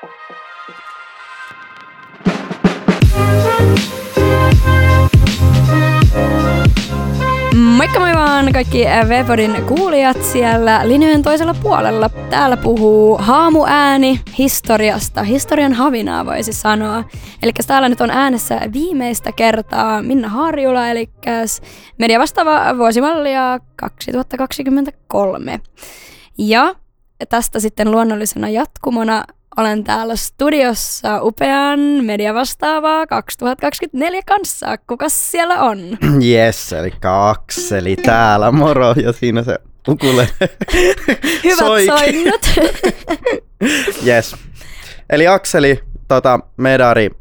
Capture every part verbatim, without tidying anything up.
Moikka moi vaan kaikki V-podin kuulijat siellä linjojen toisella puolella. Täällä puhuu haamuääni historiasta, historian havinaa voisi sanoa. Eli täällä nyt on äänessä viimeistä kertaa Minna Harjula, eli mediavastaava vuosimallia kaksituhattakaksikymmentäkolme. Ja tästä sitten luonnollisena jatkumona olen täällä studiossa upean mediavastaavaa kaksituhattakaksikymmentäneljä kanssa. Kukas siellä on? Jes, eli Akseli täällä, moro, ja siinä se ukule. Hyvät soinnut. Jes, eli Akseli, tota, medari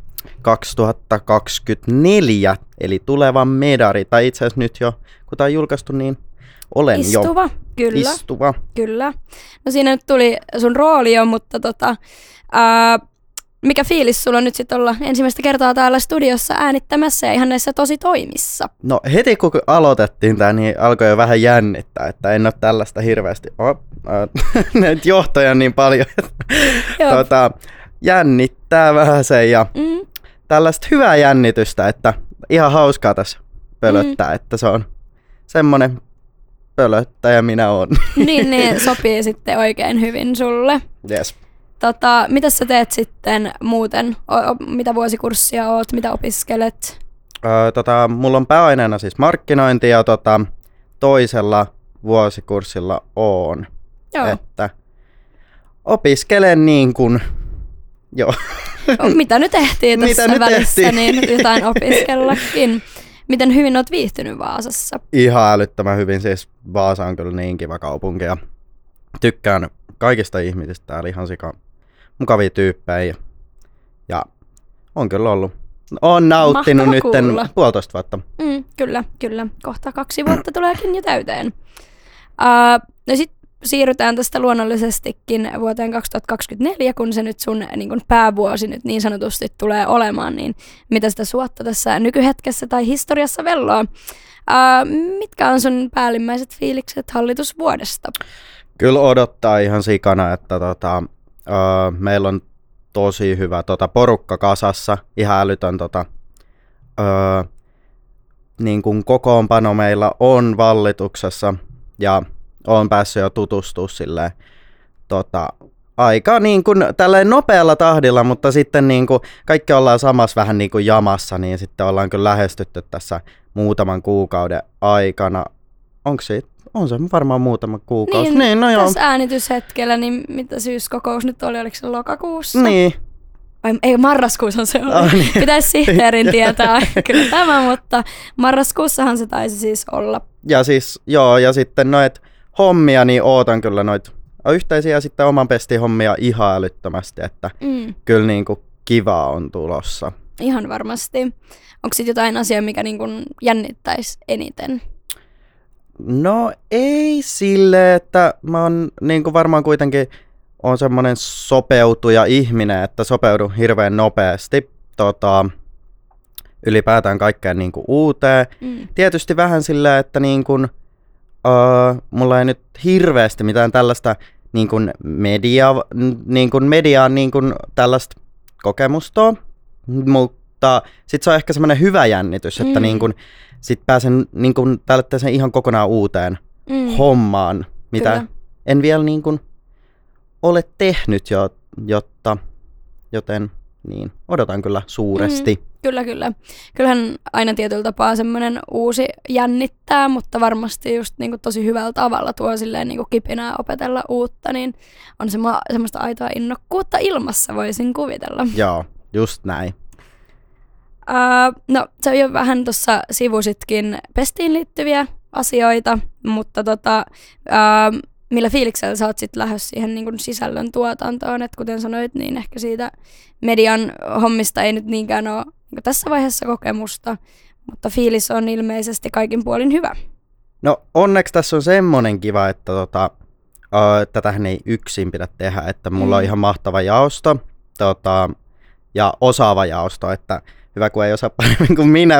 kaksituhattakaksikymmentäneljä, eli tuleva medari, tai itse asiassa nyt jo, kun tämä on julkaistu, niin olen Istuva, jo. kyllä. Istuva. Kyllä. No siinä nyt tuli sun rooli jo, mutta tota, ää, mikä fiilis sulla on nyt sitten olla ensimmäistä kertaa täällä studiossa äänittämässä ja ihan näissä tosi toimissa? No heti kun aloitettiin tämä, niin alkoi jo vähän jännittää, että en ole tällaista hirveästi, oh, äh, näitä johtoja niin paljon, että tota, jännittää vähän sen ja mm. tällaista hyvää jännitystä, että ihan hauskaa tässä pölöttää, mm. että se on semmoinen pölöttäjä minä on. Niin, niin, sopii sitten oikein hyvin sulle. Yes. Tota, mitä sä teet sitten muuten? O- o- mitä vuosikurssia oot? Mitä opiskelet? Öö, tota, mulla on pääaineena siis markkinointi ja tota, toisella vuosikurssilla oon. Joo. Että opiskelen niin kuin, joo. Mitä nyt ehtii tässä nyt välissä, ehtii? niin jotain opiskellakin. Miten hyvin oot viihtynyt Vaasassa? Ihan älyttömän hyvin, siis Vaasa on kyllä niin kiva kaupunki ja tykkään kaikista ihmisistä täällä, ihan sika mukavia tyyppejä ja on kyllä ollut. Oon nauttinut nyt puolitoista vuotta. Mm, kyllä, kyllä. Kohta kaksi vuotta tuleekin jo täyteen. Uh, no sit siirrytään tästä luonnollisestikin vuoteen kaksituhattakaksikymmentäneljä, kun se nyt sun niin kun päävuosi nyt niin sanotusti tulee olemaan, niin mitä sitä suotta tässä nykyhetkessä tai historiassa velloa? Uh, mitkä on sun päällimmäiset fiilikset hallitusvuodesta? Kyllä odottaa ihan sikana, että tota, uh, meillä on tosi hyvä tota, porukka kasassa, ihan älytön tota, uh, niin kuin kokoonpano meillä on vallituksessa ja olen päässyt jo tutustumaan silleen, tota, aika niin kuin tälleen nopealla tahdilla, mutta sitten niin kuin kaikki ollaan samassa vähän niin kuin jamassa, niin sitten ollaan kyllä lähestytty tässä muutaman kuukauden aikana. Onko se? On se varmaan muutama kuukausi. Niin, niin no joo. Tässä äänityshetkellä, niin mitä syyskokous nyt oli, oliko se lokakuussa? Niin. Vai, ei, marraskuussa se oli. Oh, niin. Pitäisi sihteerin tietää kyllä tämä, mutta marraskuussahan se taisi siis olla. Ja siis, joo, ja sitten noit hommia, niin ootan kyllä noit yhteisiä sitten oman pestin hommia ihan älyttömästi, että mm. kyllä niinku kivaa on tulossa. Ihan varmasti. Onko sitten jotain asiaa, mikä niinku jännittäisi eniten? No ei sille, että mä oon niinku varmaan kuitenkin on semmoinen sopeutuja ihminen, että sopeudun hirveän nopeasti tota, ylipäätään kaikkeen niinku uuteen. Mm. Tietysti vähän silleen, että niinku, uh, mulla ei nyt hirveästi mitään tällaista niinku media, niinku mediaan niinku tällaista kokemusta, mutta sit se on ehkä semmoinen hyvä jännitys, että mm. niinku, sit pääsen niinku tällaisen ihan kokonaan uuteen mm. hommaan, mitä Kyllä. en vielä niinku ole tehnyt, jo, jotta, joten niin, odotan kyllä suuresti. Mm, kyllä, kyllä. Kyllähän aina tietyllä tapaa semmoinen uusi jännittää, mutta varmasti just niinku tosi hyvällä tavalla tuo silleen niinku kipinää opetella uutta, niin on semmo, semmoista aitoa innokkuutta ilmassa, voisin kuvitella. Joo, just näin. Uh, no, sä jo vähän tuossa sivusitkin pestiin liittyviä asioita, mutta tota... Uh, millä fiiliksellä sä oot sit lähdössä siihen niin kun sisällön tuotantoon, että kuten sanoit, niin ehkä siitä median hommista ei nyt niinkään ole niin tässä vaiheessa kokemusta, mutta fiilis on ilmeisesti kaikin puolin hyvä. No onneksi tässä on semmoinen kiva, että tota, uh, tätähän ei yksin pidä tehdä, että mulla mm. on ihan mahtava jaosto tota, ja osaava jaosto, että hyvä, kun ei osaa paremmin kuin minä.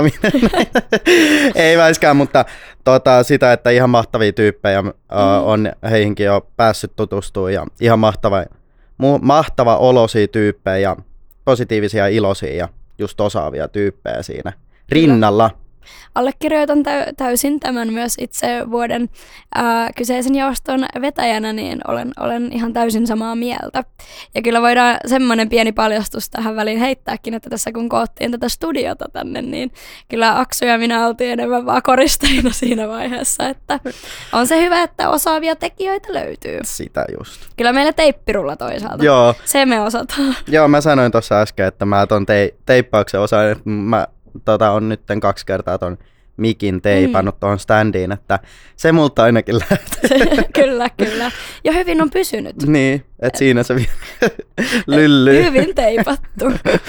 Ei väiskään, mutta tota, sitä, että ihan mahtavia tyyppejä mm. uh, on heihinkin jo päässyt tutustumaan ja ihan mahtava mu- mahtava olosia tyyppejä ja positiivisia, iloisia ja just osaavia tyyppejä siinä rinnalla. Allekirjoitan täy- täysin tämän myös itse vuoden ää, kyseisen jaoston vetäjänä, niin olen, olen ihan täysin samaa mieltä. Ja kyllä voidaan semmoinen pieni paljastus tähän väliin heittääkin, että tässä kun koottiin tätä studiota tänne, niin kyllä Aksu ja minä oltiin enemmän vaan koristajina siinä vaiheessa, että on se hyvä, että osaavia tekijöitä löytyy. Sitä just. Kyllä meillä teippirulla toisaalta. Joo. Se me osataan. Joo, mä sanoin tuossa äsken, että mä ton te- teippauksen osaan, että mä tota, on nytten kaksi kertaa ton mikin teipannut mm. tuohon standiin, että se multa ainakin lähtee. Kyllä, kyllä. Ja hyvin on pysynyt. Niin, että siinä se lyllyy. Hyvin teipattu.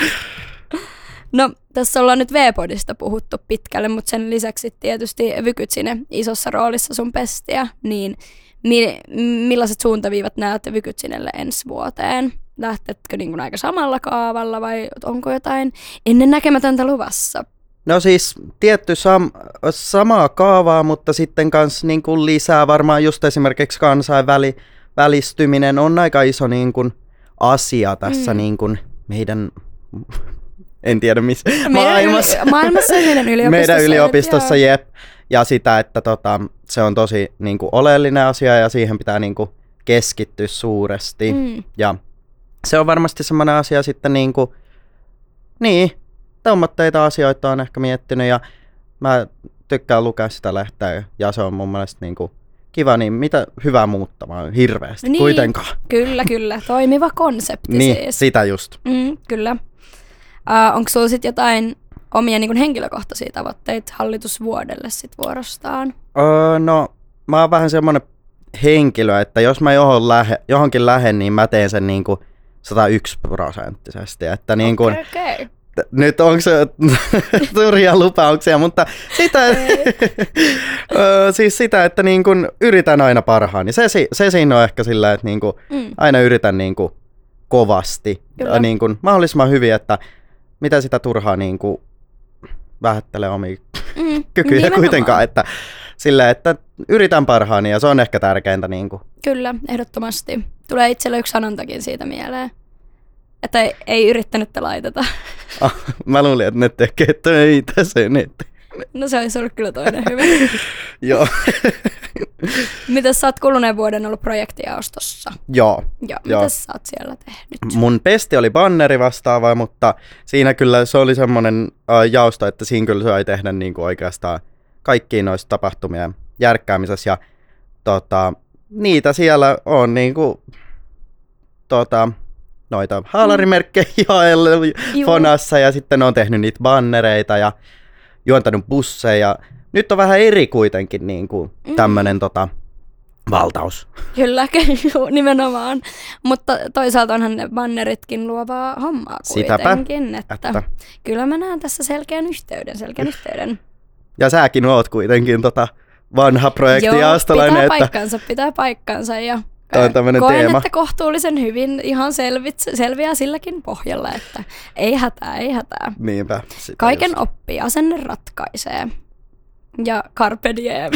No, tässä ollaan nyt V-podista puhuttu pitkälle, mutta sen lisäksi tietysti Vykytsine isossa roolissa sun pestiä, niin mi- millaiset suuntaviivat näet Vykyksinelle ensi vuoteen? Lähtetkö niin kuin aika samalla kaavalla vai onko jotain ennennäkemätöntä luvassa? No siis tietty sam- samaa kaavaa, mutta sitten kans niin kuin lisää varmaan just esimerkiksi kansainvälistyminen on aika iso niin kuin asia tässä mm. niin kuin meidän, en tiedä missä, maailmassa. Yli, maailmassa ja meidän yliopistossa. Meidän yliopistossa, jep. Ja sitä, että tota, se on tosi niin kuin oleellinen asia ja siihen pitää niin kuin keskittyä suuresti. Mm. Ja se on varmasti semmoinen asia sitten niin kuin, niin, tommoitteita asioita on ehkä miettinyt ja mä tykkään lukea sitä lehteä ja se on mun mielestä niinku kiva, niin mitä hyvää muuttamaan hirveästi niin, kuitenkaan. Kyllä, kyllä. Toimiva konsepti niin, siis. Sitä just. Mm, kyllä. Uh, onko sulla sitten jotain omia niin kuin henkilökohtaisia tavoitteita hallitusvuodelle sit vuorostaan? Öö, no, mä oon vähän semmonen henkilö, että jos mä johon lähe, johonkin lähden, niin mä teen sen niinku sata yksi prosenttisesti. Että niin kuin, okay, okay. Nyt onko se turhia lupauksia, mutta sitä, siis sitä, että niin kun yritän aina parhaani. Se, se siinä on ehkä sillä, että niin kun mm. aina yritän niin kun kovasti ja niin kun mahdollisimman hyvin, että mitä sitä turhaa niin kun vähättelee omia mm. kykyjä nimenomaan. Kuitenkaan. Että, sillä, että yritän parhaani ja se on ehkä tärkeintä. Niin kun. Kyllä, ehdottomasti. Tulee itselle yksi sanontakin siitä mieleen. Että ei, ei yrittänyt laiteta. Ah, mä luulin, että ne tekee töitä sen eteen. No se olisi ollut kyllä toinen hyvä. Joo. Mitäs sä oot kuluneen vuoden ollut projektijaostossa? Joo. Joo. Mitäs sä oot siellä tehnyt? Mun pesti oli banneri vastaava, mutta siinä kyllä se oli semmoinen äh, jaosto, että siinä kyllä sai tehdä niinku oikeastaan kaikkiin noista tapahtumia järkkäämisessä. Ja tota, niitä siellä on niinku tota, noita haalarimerkkejä jaellut Fonassa ja sitten on tehnyt niitä bannereita ja juontanut busseja. Nyt on vähän eri kuitenkin niin kuin tämmöinen mm. tota, valtaus. Kyllä, nimenomaan. Mutta toisaalta onhan ne banneritkin luovaa hommaa kuitenkin. Että että. Kyllä mä näen tässä selkeän yhteyden, selkeän yhteyden. Ja säkin oot kuitenkin tota vanha projektijaostolainen. Joo, pitää että paikkansa, pitää paikkansa ja tämä on tämmöinen koen, teema. että kohtuullisen hyvin ihan selvit, selviää silläkin pohjalla, että ei hätää, ei hätää. Niinpä. Kaiken just. oppii, asenne ratkaisee. Ja carpe diem.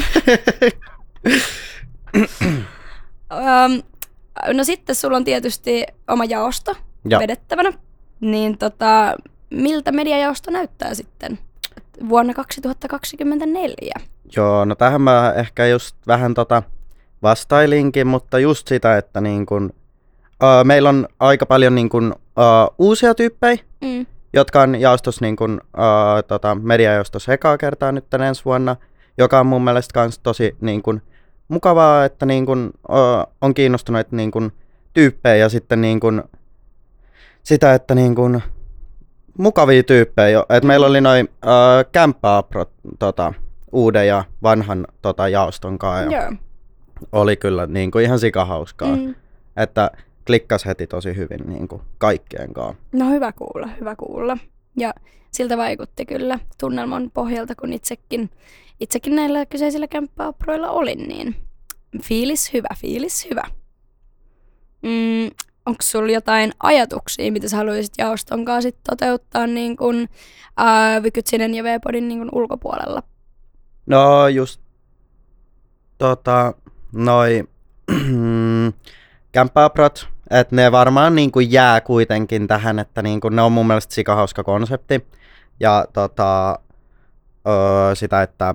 um, no sitten sulla on tietysti oma jaosto ja. vedettävänä. Niin tota, miltä mediajaosto näyttää sitten vuonna kaksituhattakaksikymmentäneljä? Joo, no tähän mä ehkä just vähän tota vastailinkin, mutta just sitä, että niin kun, uh, meillä on aika paljon niin kun, uh, uusia tyyppejä, mm. jotka on jaostossa niin kun, uh, tota, mediajaostossa ekaa kertaa nyt ensi vuonna, joka on mun mielestä kans tosi niin kun, mukavaa, että niin kun, uh, on kiinnostuneita niin kun, tyyppejä ja sitten niin kun, sitä, että niin kun, mukavia tyyppejä. Et mm. meillä oli noin uh, kämppää tota, uuden ja vanhan tota, jaoston kanssa. Yeah. Oli kyllä niin kuin ihan sikahauskaa, mm. että klikkas heti tosi hyvin niin kuin kaikkien kanssa. No hyvä kuulla, hyvä kuulla. Ja siltä vaikutti kyllä tunnelman pohjalta, kun itsekin, itsekin näillä kyseisillä kämppäoproilla olin, niin fiilis hyvä, fiilis hyvä. Mm, onko sulla jotain ajatuksia, mitä sä haluaisit jaoston kanssa sit toteuttaa niin kuin, ää, Vykytsinen ja V-podin niin kuin ulkopuolella? No just tota... Noi kämppäaprot että ne varmaan niinku jää kuitenkin tähän, että niinku ne on mun mielestä sikahauska konsepti. Ja tota, öö, sitä, että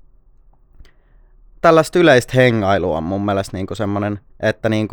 tällaista yleistä hengailua on mun mielestä niinku semmoinen, että niinku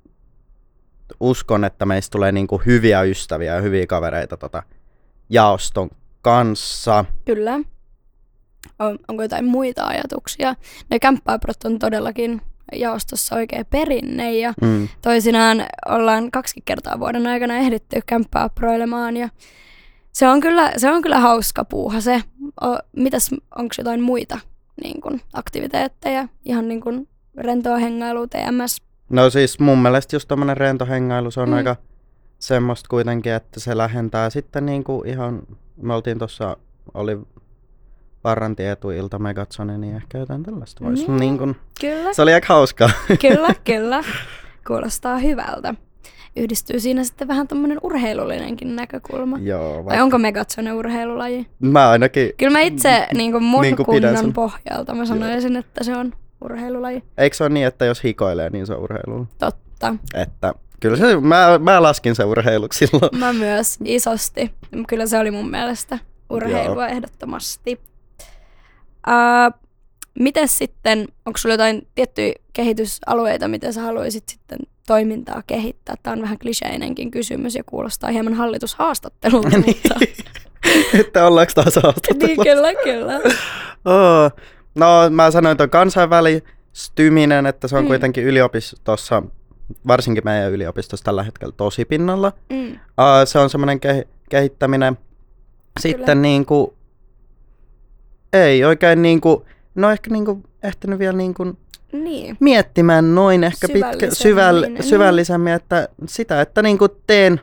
uskon, että meistä tulee niinku hyviä ystäviä ja hyviä kavereita tota jaoston kanssa. Kyllä. On, onko jotain muita ajatuksia? Ne kämppääprot on todellakin jaostossa oikea perinne ja mm. toisinaan ollaan kaksi kertaa vuoden aikana ehditty kämppääproilemaan ja se on kyllä, se on kyllä hauska puuha se. O, mitäs, onko jotain muita niin kun, aktiviteetteja, ihan niin kun rentoa hengailua, T M S? No siis mun mielestä just tommonen rento hengailu, se on mm. aika semmoista kuitenkin, että se lähentää sitten niinku ihan, me oltiin tossa, oli Varranti etuilta Megatsone, niin ehkä jotain tällaista voisi. Mm, niin kun, kyllä. Se oli aika hauskaa. Kyllä, kyllä. Kuulostaa hyvältä. Yhdistyy siinä sitten vähän tommonen urheilullinenkin näkökulma. Joo. Vai onko Megatsone urheilulaji? Mä ainakin. Kyllä mä itse niin kuin mun niin kuin kunnan pohjalta mä sanoisin, että se on urheilulaji. Eikö se ole niin, että jos hikoilee, niin se on urheilu? Totta. Että kyllä se, mä, mä laskin sen urheiluksi silloin. Mä myös isosti. Kyllä se oli mun mielestä urheilua Joo. ehdottomasti. Uh, miten sitten, onko sulla jotain tiettyjä kehitysalueita, miten sä haluaisit sitten toimintaa kehittää? Tämä on vähän kliseinenkin kysymys ja kuulostaa hieman hallitushaastattelulta. mutta... että ollaanko taas haastattelua? Niin, kyllä, kyllä. Oh. No mä sanoin tuon kansainvälistyminen, että se on mm. kuitenkin yliopistossa, varsinkin meidän yliopistossa tällä hetkellä tosi pinnalla. Mm. Uh, se on semmoinen ke- kehittäminen. Sitten kyllä. niinku, ei oikein niinku, no ehkä niinku ehtinyt vielä niinku niin. miettimään noin ehkä pitkä, syväll, niin. syvällisemmin, että sitä, että niinku teen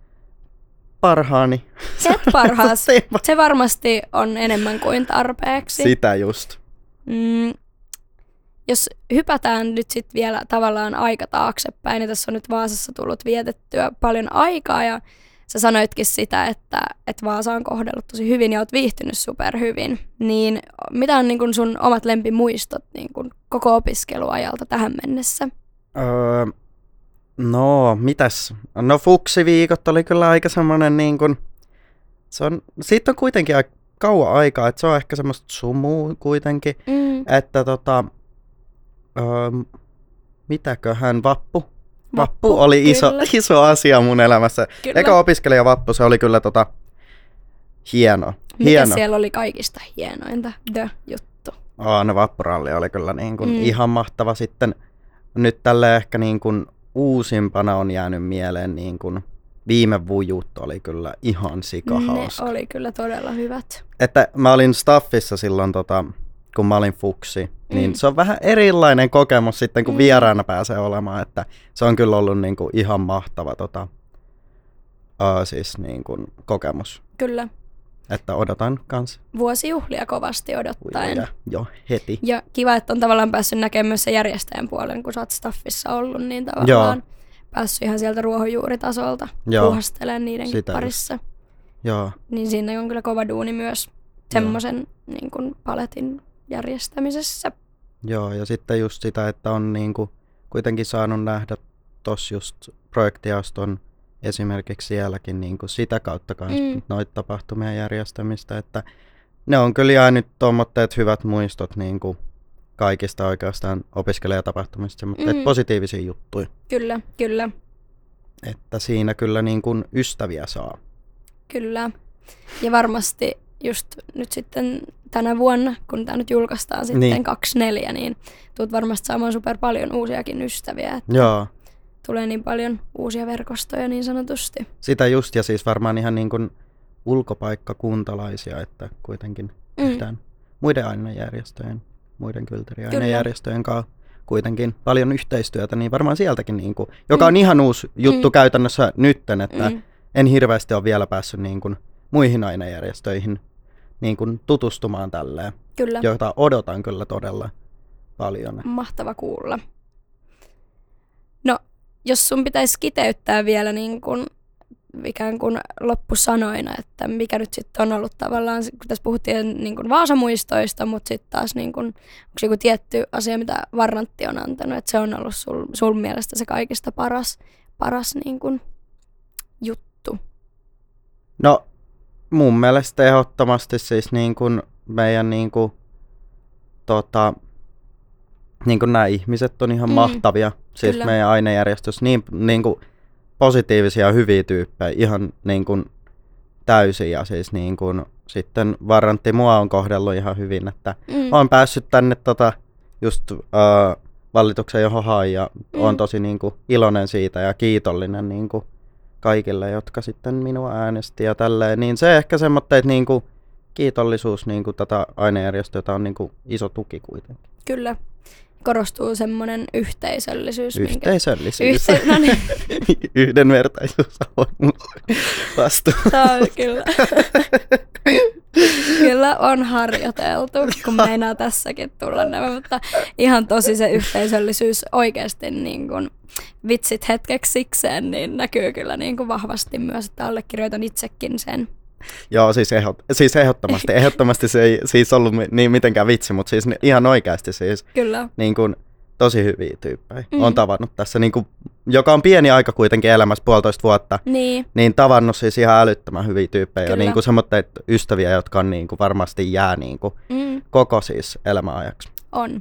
parhaani. Teet parhaas. Se varmasti on enemmän kuin tarpeeksi. Sitä just. Mm, jos hypätään nyt sitten vielä tavallaan aika taaksepäin, niin tässä on nyt Vaasassa tullut vietettyä paljon aikaa ja sä sanoitkin sitä, että, että Vaasa on kohdellut tosi hyvin ja oot viihtynyt superhyvin. Niin mitä on niin kun sun omat lempimuistot niin kun koko opiskeluajalta tähän mennessä? Öö, no, mitäs? No fuksiviikot oli kyllä aika semmoinen niin kun, se on, siitä on kuitenkin aika kauan aikaa, että se on ehkä semmoista sumua kuitenkin, mm. että tota, öö, mitäköhän vappu? Vappu, Vappu oli iso, iso asia mun elämässä. Kyllä. Eka opiskelijavappu, se oli kyllä tota, hieno. Mikä hieno. siellä oli kaikista hienointa, the juttu? Oh, no vappuralli oli kyllä niin kuin mm. ihan mahtava. Sitten nyt tälle ehkä niin kuin uusimpana on jäänyt mieleen niin kuin viime vujut oli kyllä ihan sikahauska. Ne oli kyllä todella hyvät. Että mä olin staffissa silloin, tota, kun mä olin fuksi, niin mm. se on vähän erilainen kokemus sitten, kun mm. vieraana pääsee olemaan, että se on kyllä ollut niin kuin ihan mahtava tota, uh, siis niin kuin kokemus. Kyllä. Että odotan kans. Vuosijuhlia kovasti odottaen. Joo, heti. Ja kiva, että on tavallaan päässyt näkemään myös sen järjestäjän puolen, kun sä oot staffissa ollut, niin tavallaan Joo. päässyt ihan sieltä ruohonjuuritasolta puuhastelemaan niidenkin Sitä parissa. Just. Joo. Niin siinä on kyllä kova duuni myös semmoisen niin kuin paletin järjestämisessä. Joo, ja sitten just sitä, että on niinku kuitenkin saanut nähdä tossa just projektijaoston esimerkiksi sielläkin niinku sitä kautta kanssa mm. noita tapahtumia järjestämistä, että ne on kyllä jäänyt tuommoitteet hyvät muistot niinku kaikista oikeastaan opiskelijatapahtumista, mutta mm. positiivisia juttuja. Kyllä, kyllä. Että siinä kyllä niinku ystäviä saa. Kyllä, ja varmasti just nyt sitten tänä vuonna, kun tämä nyt julkaistaan sitten niin. kaksikymmentäneljä, niin tulet varmasti saamaan super paljon uusiakin ystäviä. Että Joo. Tulee niin paljon uusia verkostoja niin sanotusti. Sitä just, ja siis varmaan ihan niin kuin ulkopaikkakuntalaisia, että kuitenkin mm. tehdään muiden ainejärjestöjen, muiden kylteriainejärjestöjen kanssa kuitenkin paljon yhteistyötä, niin varmaan sieltäkin, niin kuin, joka on mm. ihan uusi juttu mm. käytännössä nytten, että mm. en hirveästi ole vielä päässyt niin kuin muihin ainejärjestöihin niin kuin tutustumaan tälleen, kyllä. jota odotan kyllä todella paljon. Mahtava kuulla. No, jos sun pitäisi kiteyttää vielä niin kuin, ikään kuin loppusanoina, että mikä nyt sitten on ollut tavallaan, kun tässä puhuttiin niin kuin Vaasamuistoista, mutta sitten taas niin kuin, onko joku tietty asia, mitä Varrantti on antanut, että se on ollut sul, sul mielestä se kaikista paras paras niin kun, juttu? No mun mielestä ehdottomasti siis niin kuin meidän niin kuin, tota, niin kuin nämä ihmiset on ihan mm, mahtavia. Siis kyllä. Meidän ainejärjestys niin, niin kuin positiivisia ja hyviä tyyppejä ihan niin kuin täysin. Ja siis niin kuin, sitten Varrantti mua on kohdellut ihan hyvin, että mm. olen päässyt tänne tota, just uh, valituksen johon ja mm. olen tosi niin kuin, iloinen siitä ja kiitollinen niin kuin, kaikille, jotka sitten minua äänesti ja tälleen. Niin se ehkä semmoinen, että niin kuin, kiitollisuus niin kuin, tätä ainejärjestöä on niin kuin, iso tuki kuitenkin. Kyllä. Korostuu semmoinen yhteisöllisyys. Yhteisöllisyys. Minkä... Yhte... No niin. Yhdenvertaisuus on vastuu. Tämä on kyllä. Kyllä on harjoiteltu, kun meinaa tässäkin tulla nämä, mutta ihan tosi se yhteisöllisyys oikeasti niin kuin vitsit hetkeksi sikseen, niin näkyy kyllä niin kuin vahvasti myös, että allekirjoitan itsekin sen. Joo, siis, ehdot, siis ehdottomasti. Ehdottomasti se ei siis ollut niin mitenkään vitsi, mutta siis ihan oikeasti siis kyllä. Niin kuin, tosi hyviä tyyppejä. Mm. Olen tavannut tässä, niin kuin, joka on pieni aika kuitenkin elämässä, puolitoista vuotta, niin, niin tavannut siis ihan älyttömän hyviä tyyppejä. Ja niin kuin semmoitteet ystäviä, jotka on, niin kuin, varmasti jää niin kuin, mm. koko siis elämäajaksi. On.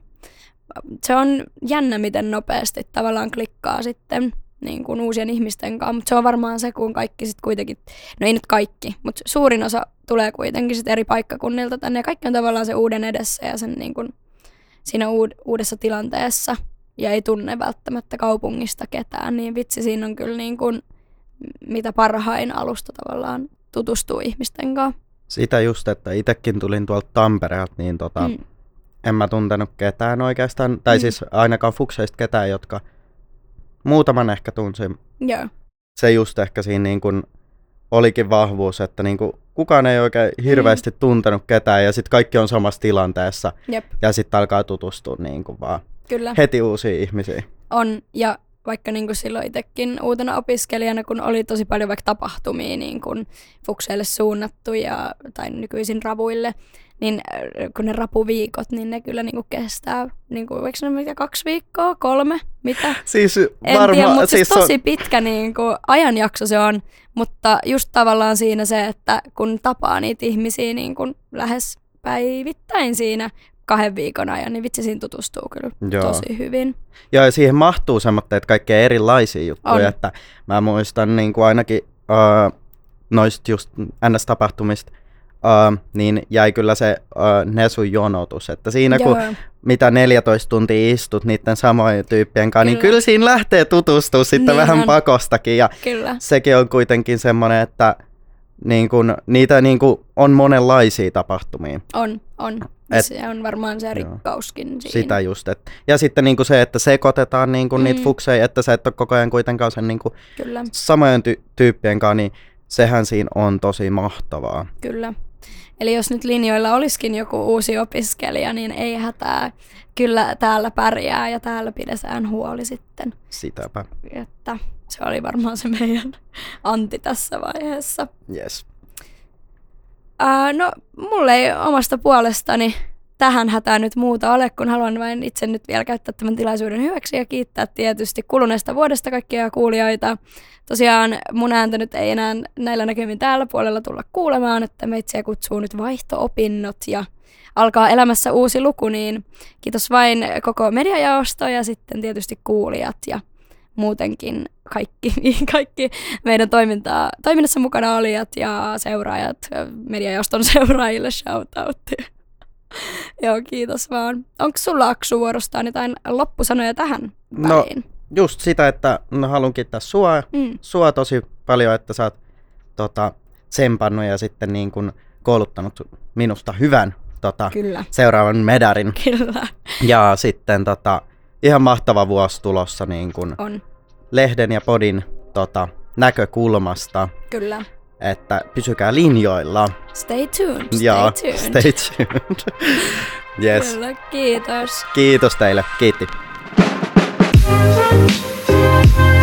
Se on jännä, miten nopeasti tavallaan klikkaa sitten niin kuin uusien ihmisten kanssa, mutta se on varmaan se, kun kaikki sitten kuitenkin, no ei nyt kaikki, mutta suurin osa tulee kuitenkin sitten eri paikkakunnilta tänne ja kaikki on tavallaan se uuden edessä ja sen niin kuin siinä uud- uudessa tilanteessa ja ei tunne välttämättä kaupungista ketään, niin vitsi siinä on kyllä niin kuin mitä parhain alusta tavallaan tutustuu ihmisten kanssa. Sitä just, että itsekin tulin tuolta Tampereelta, niin tota, mm. en mä tuntenut ketään oikeastaan, tai mm. siis ainakaan fukseista ketään, jotka muutaman ehkä tunsin. Joo. Se just ehkä siinä niin kuin olikin vahvuus, että niin kuin kukaan ei oikein hirveästi mm. tuntenut ketään ja sitten kaikki on samassa tilanteessa. Jep. Ja sitten alkaa tutustua niin kuin vaan kyllä. heti uusiin ihmisiin. On, ja vaikka niin kuin silloin itsekin uutena opiskelijana, kun oli tosi paljon vaikka tapahtumia niin kuin fukseille suunnattu ja, tai nykyisin ravuille, niin kun ne rapuviikot, niin ne kyllä niinku kestää, niinku, eikö ne mitä, kaksi viikkoa, kolme, mitä? Siis en varma, tiedä, mutta siis siis tosi on pitkä niinku, ajanjakso se on, mutta just tavallaan siinä se, että kun tapaa niitä ihmisiä niinku, lähes päivittäin siinä kahden viikon ajan, niin vitsi siinä tutustuu kyllä Joo. tosi hyvin. Joo, ja siihen mahtuu semmoista, että kaikkea erilaisia juttuja, on. Että mä muistan niin kuin ainakin uh, noista just N S-tapahtumista, Uh, niin jäi kyllä se uh, Nesun jonotus, että siinä Joo. kun mitä neljätoista tuntia istut niiden samojen tyyppien kanssa, kyllä. niin kyllä siinä lähtee tutustua sitten niin vähän on. pakostakin ja kyllä. sekin on kuitenkin semmoinen, että niin kun, niitä niin kun on monenlaisia tapahtumia. On, on. Et, se on varmaan se rikkauskin siinä. Sitä just. Et, ja sitten niin kun se, että sekoitetaan niin kun mm. niitä fukseja, että sä et ole koko ajan kuitenkaan sen niin kun samojen ty- tyyppien kanssa, niin sehän siinä on tosi mahtavaa. Kyllä. Eli jos nyt linjoilla olisikin joku uusi opiskelija, niin ei hätää. Kyllä täällä pärjää ja täällä pidetään huoli sitten. Sitäpä. Että se oli varmaan se meidän anti tässä vaiheessa. Yes. Uh, no, mulle ei omasta puolestani tähän hätään nyt muuta ole, kun haluan vain itse nyt vielä käyttää tämän tilaisuuden hyväksi ja kiittää tietysti kuluneesta vuodesta kaikkia kuulijoita. Tosiaan mun ääntä nyt ei enää näillä näkymin täällä puolella tulla kuulemaan, että meitsiä kutsuu nyt vaihto-opinnot ja alkaa elämässä uusi luku, niin kiitos vain koko mediajaosto ja sitten tietysti kuulijat ja muutenkin kaikki, kaikki meidän toimintaa, toiminnassa mukana olijat ja seuraajat, mediajaoston seuraajille shoutoutti. Joo, kiitos vaan. Onko sulla Aksu vuorostaan jotain loppusanoja tähän väliin? No just sitä, että no, haluan kiittää sua, mm. sua tosi paljon, että sä oot tota, tsempannut ja sitten niin kun kouluttanut minusta hyvän tota, seuraavan medarin. Kyllä. Ja sitten tota, ihan mahtava vuosi tulossa niin kun on. Lehden ja podin tota, näkökulmasta. Kyllä. Että pysykää linjoilla. Stay tuned, stay Joo, tuned. Stay tuned. Yes. Kyllä, kiitos. Kiitos teille, kiitti.